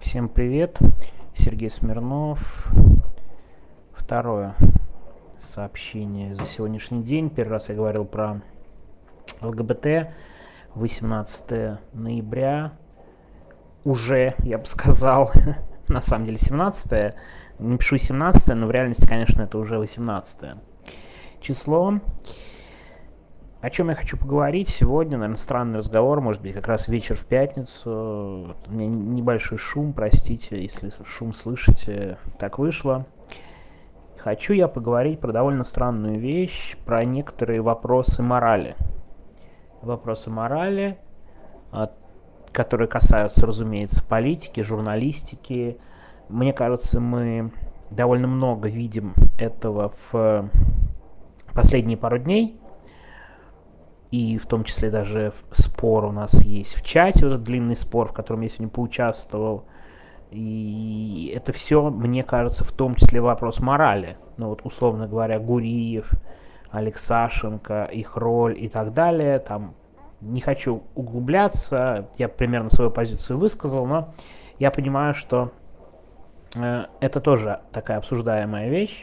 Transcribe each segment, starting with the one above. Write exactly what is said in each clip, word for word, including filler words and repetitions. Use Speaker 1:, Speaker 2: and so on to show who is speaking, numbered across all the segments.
Speaker 1: Всем привет, Сергей Смирнов. Второе сообщение за сегодняшний день. Первый раз я говорил про ЛГБТ. восемнадцатое ноября. Уже, я бы сказал, на самом деле семнадцатое. Не пишу семнадцатое, но в реальности, конечно, это уже восемнадцатое число. О чем я хочу поговорить сегодня, наверное, странный разговор, может быть, как раз вечер в пятницу. У меня небольшой шум, простите, если шум слышите, так вышло. Хочу я поговорить про довольно странную вещь, про некоторые вопросы морали. Вопросы морали, которые касаются, разумеется, политики, журналистики. Мне кажется, мы довольно много видим этого в последние пару дней. И в том числе даже спор у нас есть в чате, вот этот длинный спор, в котором я сегодня поучаствовал. И это все, мне кажется, в том числе вопрос морали. Ну вот, условно говоря, Гуриев, Алексашенко, их роль и так далее. Там не хочу углубляться, я примерно свою позицию высказал, но я понимаю, что э, это тоже такая обсуждаемая вещь.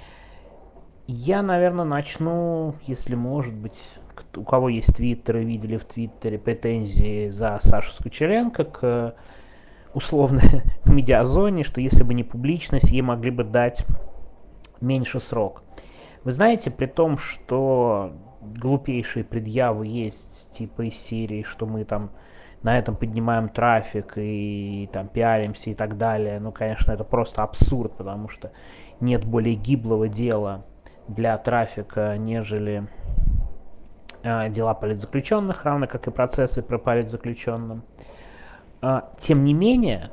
Speaker 1: Я, наверное, начну, если, может быть, у кого есть твиттер и видели в твиттере претензии за Сашу Скочеленко к условно к медиазоне, что если бы не публичность, ей могли бы дать меньше срок. Вы знаете, при том, что глупейшие предъявы есть, типа из серии, что мы там на этом поднимаем трафик и там пиаримся и так далее, ну, конечно, это просто абсурд, потому что нет более гиблого дела для трафика, нежели э, дела политзаключенных, равно как и процессы про политзаключенным. Э, тем не менее,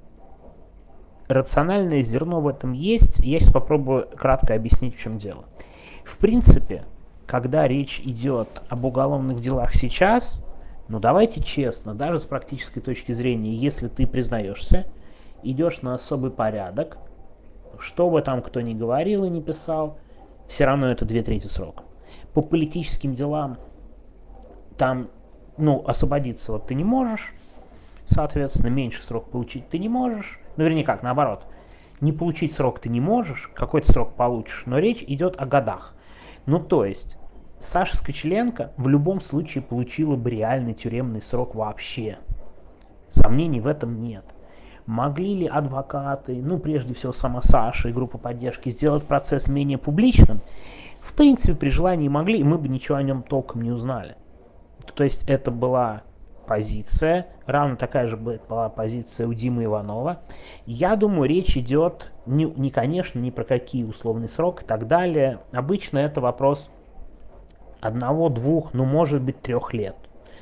Speaker 1: рациональное зерно в этом есть. Я сейчас попробую кратко объяснить, в чем дело. В принципе, когда речь идет об уголовных делах сейчас, ну давайте честно, даже с практической точки зрения, если ты признаешься, идешь на особый порядок, что бы там кто ни говорил и не писал, все равно это две трети срока. По политическим делам там, ну, освободиться вот ты не можешь, соответственно, меньше срок получить ты не можешь. Ну, вернее, как, наоборот. Не получить срок ты не можешь, какой-то срок получишь, но речь идет о годах. Ну, то есть, Саша Скочеленко в любом случае получила бы реальный тюремный срок вообще. Сомнений в этом нет. Могли ли адвокаты, ну, прежде всего, сама Саша и группа поддержки сделать процесс менее публичным? В принципе, при желании могли, и мы бы ничего о нем толком не узнали. То есть, это была позиция, равно такая же была позиция у Димы Иванова. Я думаю, речь идет, не, не конечно, ни про какие условный срок и так далее. Обычно это вопрос одного, двух, ну, может быть, трех лет.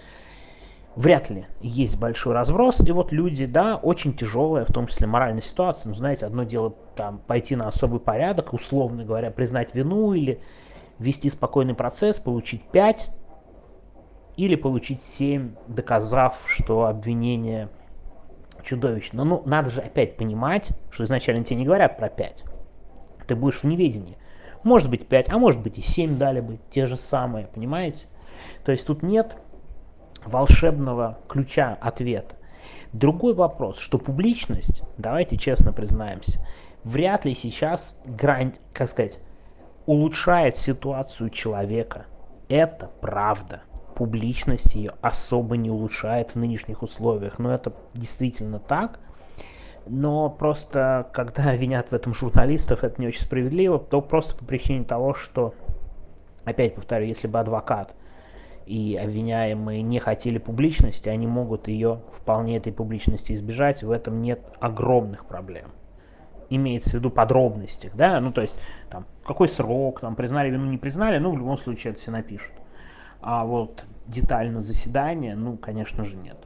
Speaker 1: Вряд ли есть большой разброс, и вот люди, да, очень тяжелая, в том числе моральная ситуация. Ну, знаете, одно дело там пойти на особый порядок, условно говоря, признать вину или вести спокойный процесс, получить пять или получить семь, доказав, что обвинение чудовищно. Ну, надо же опять понимать, что изначально тебе не говорят про пять. Ты будешь в неведении. Может быть пять, а может быть и семь дали бы, те же самые, понимаете? То есть тут нет волшебного ключа ответа. Другой вопрос, что публичность, давайте честно признаемся, вряд ли сейчас грань, как сказать, улучшает ситуацию человека. Это правда. Публичность ее особо не улучшает в нынешних условиях. Но это действительно так. Но просто, когда винят в этом журналистов, это не очень справедливо, то просто по причине того, что, опять повторю, если бы адвокат и обвиняемые не хотели публичности, они могут ее вполне этой публичности избежать, в этом нет огромных проблем. Имеется в виду подробности, да, ну то есть, там, какой срок, там, признали вину, не признали, ну в любом случае это все напишут. А вот детально заседание, ну, конечно же, нет.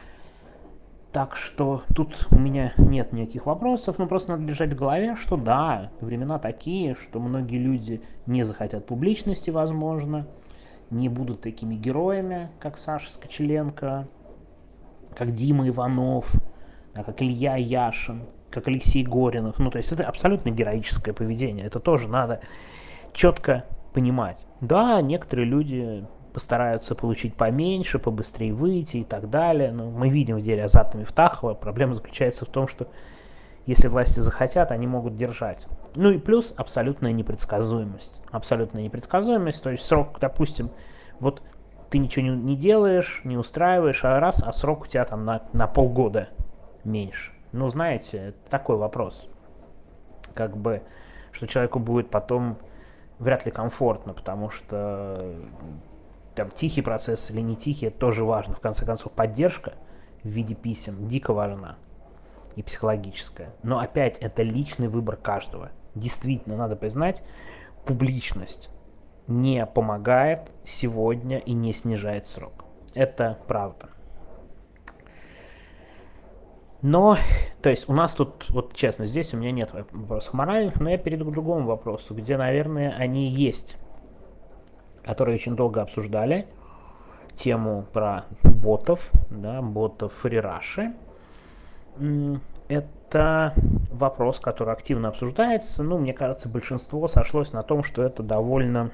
Speaker 1: Так что тут у меня нет никаких вопросов, но просто надо держать в голове, что да, времена такие, что многие люди не захотят публичности, возможно, не будут такими героями, как Саша Скочеленко, как Дима Иванов, как Илья Яшин, как Алексей Горинов. Ну, то есть это абсолютно героическое поведение. Это тоже надо четко понимать. Да, некоторые люди постараются получить поменьше, побыстрее выйти и так далее. Но мы видим в деле Азата Мифтахова, проблема заключается в том, что если власти захотят, они могут держать. Ну и плюс абсолютная непредсказуемость. Абсолютная непредсказуемость, то есть срок, допустим, вот ты ничего не, не делаешь, не устраиваешь, а раз, а срок у тебя там на, на полгода меньше. Ну, знаете, такой вопрос. Как бы, что человеку будет потом вряд ли комфортно, потому что там тихий процесс или не тихий, это тоже важно. В конце концов, поддержка в виде писем дико важна и психологическая. Но опять, это личный выбор каждого. Действительно, надо признать, публичность не помогает сегодня и не снижает срок. Это правда. Но, то есть у нас тут, вот честно, здесь у меня нет вопросов моральных, но я перейду к другому вопросу, где, наверное, они есть, которые очень долго обсуждали тему про ботов, да, ботов фрираши. Это вопрос, который активно обсуждается. Ну, мне кажется, большинство сошлось на том, что это довольно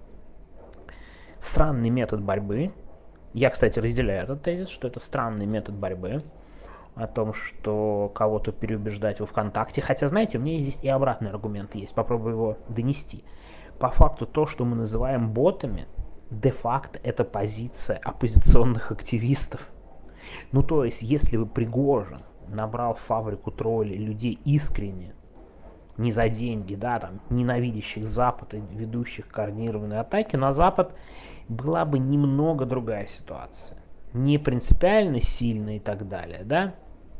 Speaker 1: странный метод борьбы. Я, кстати, разделяю этот тезис, что это странный метод борьбы. О том, что кого-то переубеждать во ВКонтакте. Хотя, знаете, у меня здесь и обратный аргумент есть. Попробую его донести. По факту то, что мы называем ботами, де-факто это позиция оппозиционных активистов. Ну, то есть, если бы Пригожин набрал в фабрику троллей людей искренне, не за деньги, да, там, ненавидящих Запад и ведущих координированные атаки на Запад, была бы немного другая ситуация. Не принципиально сильные и так далее, да,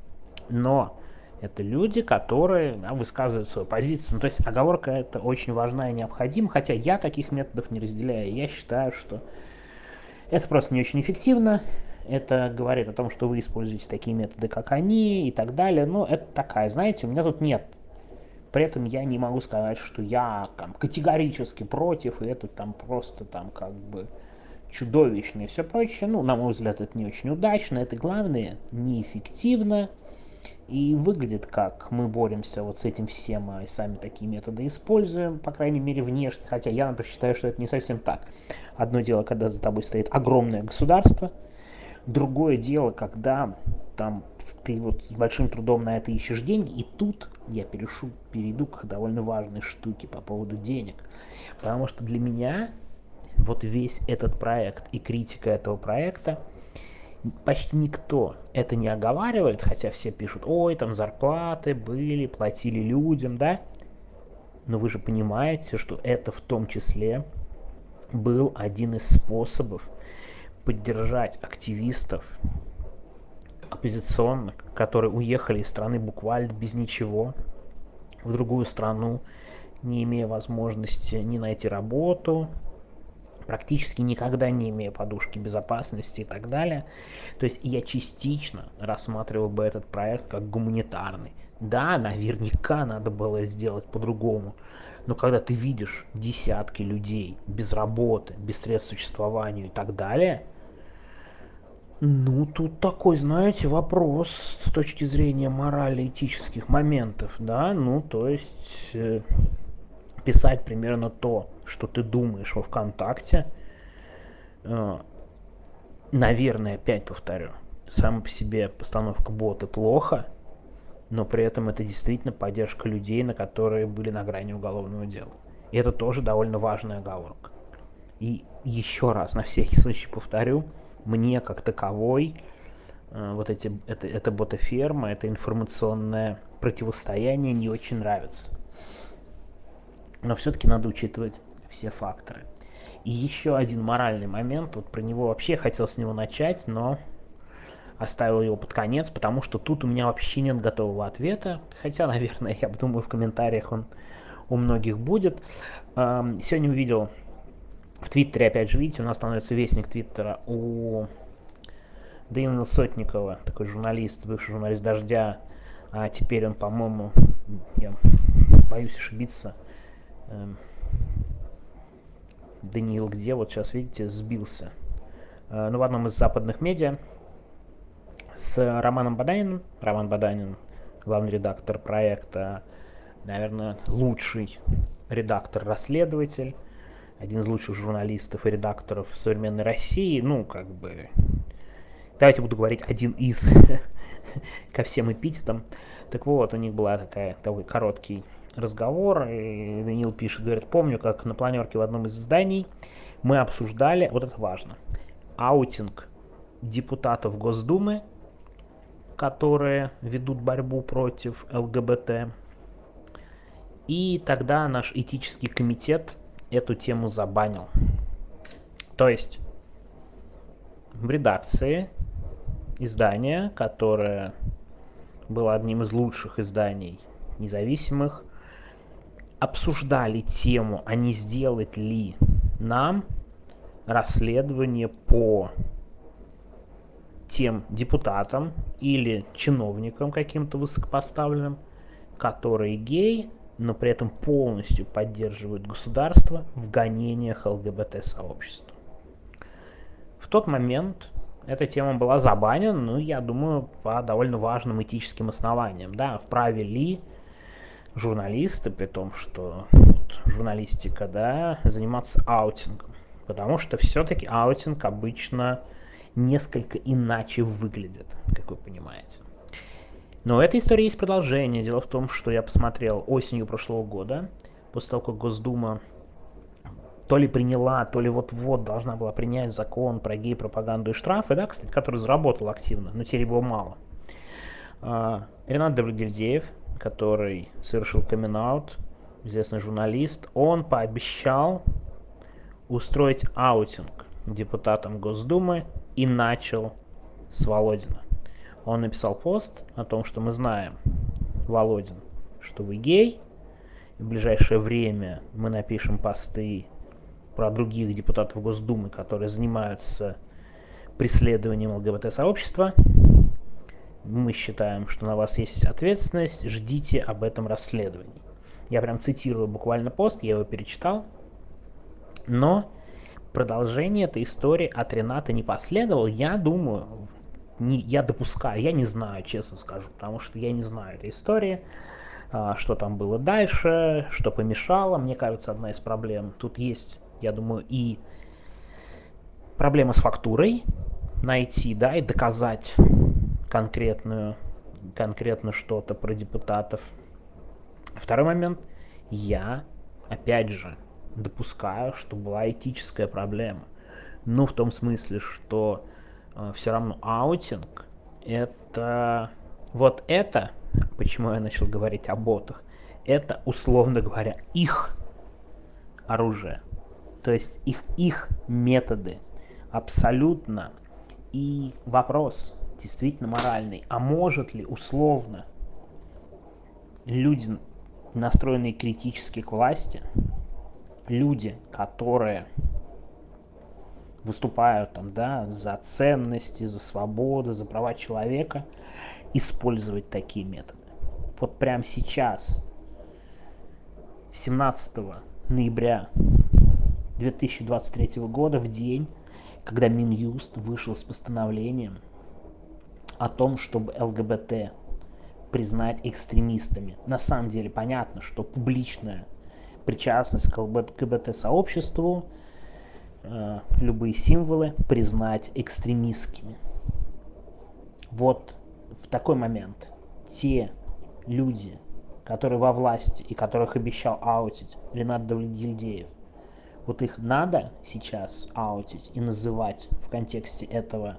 Speaker 1: но это люди, которые да, высказывают свою позицию. Ну, то есть оговорка это очень важна и необходима, хотя я таких методов не разделяю. Я считаю, что это просто не очень эффективно. Это говорит о том, что вы используете такие методы, как они и так далее. Но это такая, знаете, у меня тут нет. При этом я не могу сказать, что я там, категорически против, и это там просто там как бы чудовищно и все прочее. Ну, на мой взгляд, это не очень удачно. Это, главное, неэффективно. И выглядит как мы боремся вот с этим всем, а и сами такие методы используем, по крайней мере, внешне. Хотя я, например, считаю, что это не совсем так. Одно дело, когда за тобой стоит огромное государство. Другое дело, когда там ты вот с большим трудом на это ищешь деньги. И тут я перешу, перейду к довольно важной штуке по поводу денег. Потому что для меня вот весь этот проект и критика этого проекта, почти никто это не оговаривает, хотя все пишут, ой, там зарплаты были, платили людям, да? Но вы же понимаете, что это в том числе был один из способов поддержать активистов оппозиционных, которые уехали из страны буквально без ничего в другую страну, не имея возможности ни найти работу, практически никогда не имея подушки безопасности и так далее. То есть я частично рассматривал бы этот проект как гуманитарный. Да, наверняка надо было сделать по-другому. Но когда ты видишь десятки людей без работы, без средств к существованию и так далее, ну, тут такой, знаете, вопрос с точки зрения морально-этических моментов, да, ну, то есть э, писать примерно то, что ты думаешь во ВКонтакте, э, наверное, опять повторю, сама по себе постановка бота плохо, но при этом это действительно поддержка людей, на которые были на грани уголовного дела. И это тоже довольно важная оговорка. И еще раз, на всякий случай повторю, мне как таковой э, вот эти, это, это ботоферма, это информационное противостояние не очень нравится. Но все-таки надо учитывать все факторы. И еще один моральный момент, вот про него вообще хотел с него начать, но оставил его под конец, потому что тут у меня вообще нет готового ответа, хотя, наверное, я думаю, в комментариях он у многих будет. Эм, сегодня увидел в Твиттере, опять же, видите, у нас становится вестник Твиттера у Даниила Сотникова, такой журналист, бывший журналист «Дождя», а теперь он, по-моему, я боюсь ошибиться, эм, Даниил где, вот сейчас, видите, сбился. Э, ну, в одном из западных медиа с Романом Баданиным. Роман Баданин, главный редактор проекта, наверное, лучший редактор-расследователь. один из лучших журналистов и редакторов современной России, ну, как бы, давайте буду говорить один из, ко всем эпитетам. Так вот, у них была такая, такой короткий разговор, и Даниил пишет, говорит, помню, как на планерке в одном из изданий мы обсуждали, вот это важно, аутинг депутатов Госдумы, которые ведут борьбу против ЛГБТ. И тогда наш этический комитет эту тему забанил. То есть в редакции издания, которое было одним из лучших изданий независимых, обсуждали тему, а не сделать ли нам расследование по тем депутатам или чиновникам каким-то высокопоставленным, которые геи, но при этом полностью поддерживают государство в гонениях ЛГБТ-сообщества. В тот момент эта тема была забанена, ну, я думаю, по довольно важным этическим основаниям. Да, вправе ли журналисты, при том, что вот, журналистика, да, заниматься аутингом? Потому что все-таки аутинг обычно несколько иначе выглядит, как вы понимаете. Но у этой истории есть продолжение. Дело в том, что я посмотрел осенью прошлого года, после того, как Госдума то ли приняла, то ли вот-вот должна была принять закон про гей-пропаганду и штрафы, да, кстати, который заработал активно, но теперь его мало. Ренат Давлетгильдеев, который совершил камин-аут, известный журналист, он пообещал устроить аутинг депутатам Госдумы и начал с Володина. Он написал пост о том, что мы знаем, Володин, что вы гей. В ближайшее время мы напишем посты про других депутатов Госдумы, которые занимаются преследованием ЛГБТ-сообщества. Мы считаем, что на вас есть ответственность, ждите об этом расследовании. Я прям цитирую буквально пост, я его перечитал. Но продолжение этой истории от Рената не последовало. Я думаю, не, я допускаю, я не знаю, честно скажу, потому что я не знаю этой истории, а, что там было дальше, что помешало. Мне кажется, одна из проблем тут есть, я думаю, и проблема с фактурой, найти, да, и доказать конкретную, конкретно что-то про депутатов. Второй момент, я, опять же, допускаю, что была этическая проблема. Ну, в том смысле, что э, все равно аутинг это... Вот это, почему я начал говорить о ботах, это, условно говоря, их оружие. То есть их, их методы. Абсолютно. И вопрос действительно моральный. А может ли условно люди, настроенные критически к власти, люди, которые выступают там, да, за ценности, за свободу, за права человека, использовать такие методы? Вот прямо сейчас, семнадцатого ноября две тысячи двадцать третьего года, в день, когда Минюст вышел с постановлением о том, чтобы ЛГБТ признать экстремистами. На самом деле понятно, что публичная причастность к ЛГБТ-сообществу, э, любые символы признать экстремистскими. Вот в такой момент те люди, которые во власти и которых обещал аутить Ренат Давлетгильдеев, вот их надо сейчас аутить и называть в контексте этого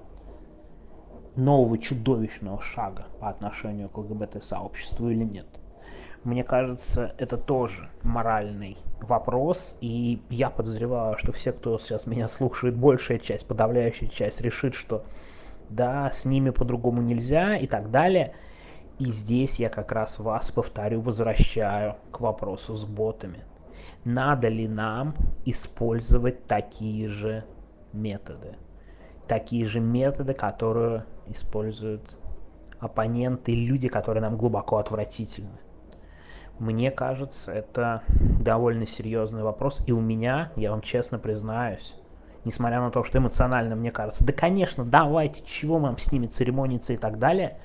Speaker 1: нового чудовищного шага по отношению к ЛГБТ-сообществу или нет? Мне кажется, это тоже моральный вопрос, и я подозреваю, что все, кто сейчас меня слушает, большая часть, подавляющая часть, решит, что да, с ними по-другому нельзя и так далее. И здесь я как раз вас, повторю, возвращаю к вопросу с ботами. Надо ли нам использовать такие же методы? Такие же методы, которые используют оппоненты, люди, которые нам глубоко отвратительны. Мне кажется, это довольно серьезный вопрос. И у меня, я вам честно признаюсь, несмотря на то, что эмоционально мне кажется, да, конечно, давайте, чего нам с ними церемониться и так далее,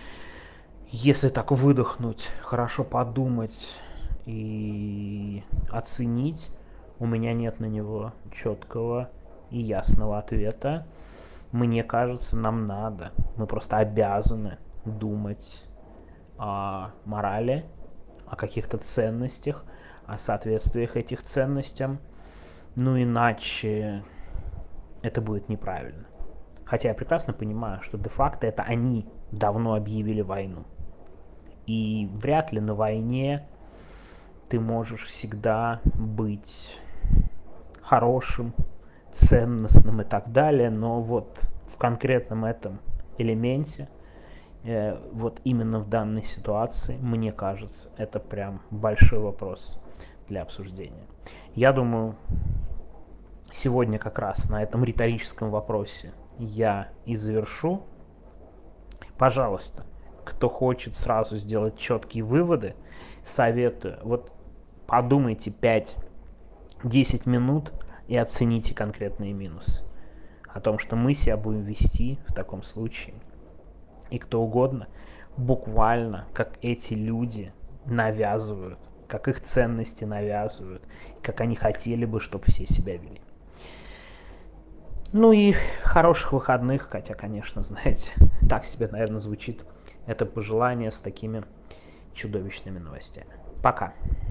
Speaker 1: если так выдохнуть, хорошо подумать и оценить, У меня нет на него четкого и ясного ответа. Мне кажется, нам надо, мы просто обязаны думать о морали, о каких-то ценностях, о соответствиях этих ценностям. Ну, иначе это будет неправильно. Хотя я прекрасно понимаю, что де-факто это они давно объявили войну. И вряд ли на войне ты можешь всегда быть хорошим, ценностным и так далее, но вот в конкретном этом элементе, э, вот именно в данной ситуации, мне кажется, это прям большой вопрос для обсуждения. Я думаю, сегодня как раз на этом риторическом вопросе я и завершу. Пожалуйста, кто хочет сразу сделать четкие выводы, советую, вот подумайте пять-десять минут и оцените конкретные минусы. О том, что мы себя будем вести в таком случае. И кто угодно, буквально, как эти люди навязывают, как их ценности навязывают, как они хотели бы, чтобы все себя вели. Ну и хороших выходных, хотя, конечно, знаете, так себе, наверное, звучит это пожелание с такими чудовищными новостями. Пока.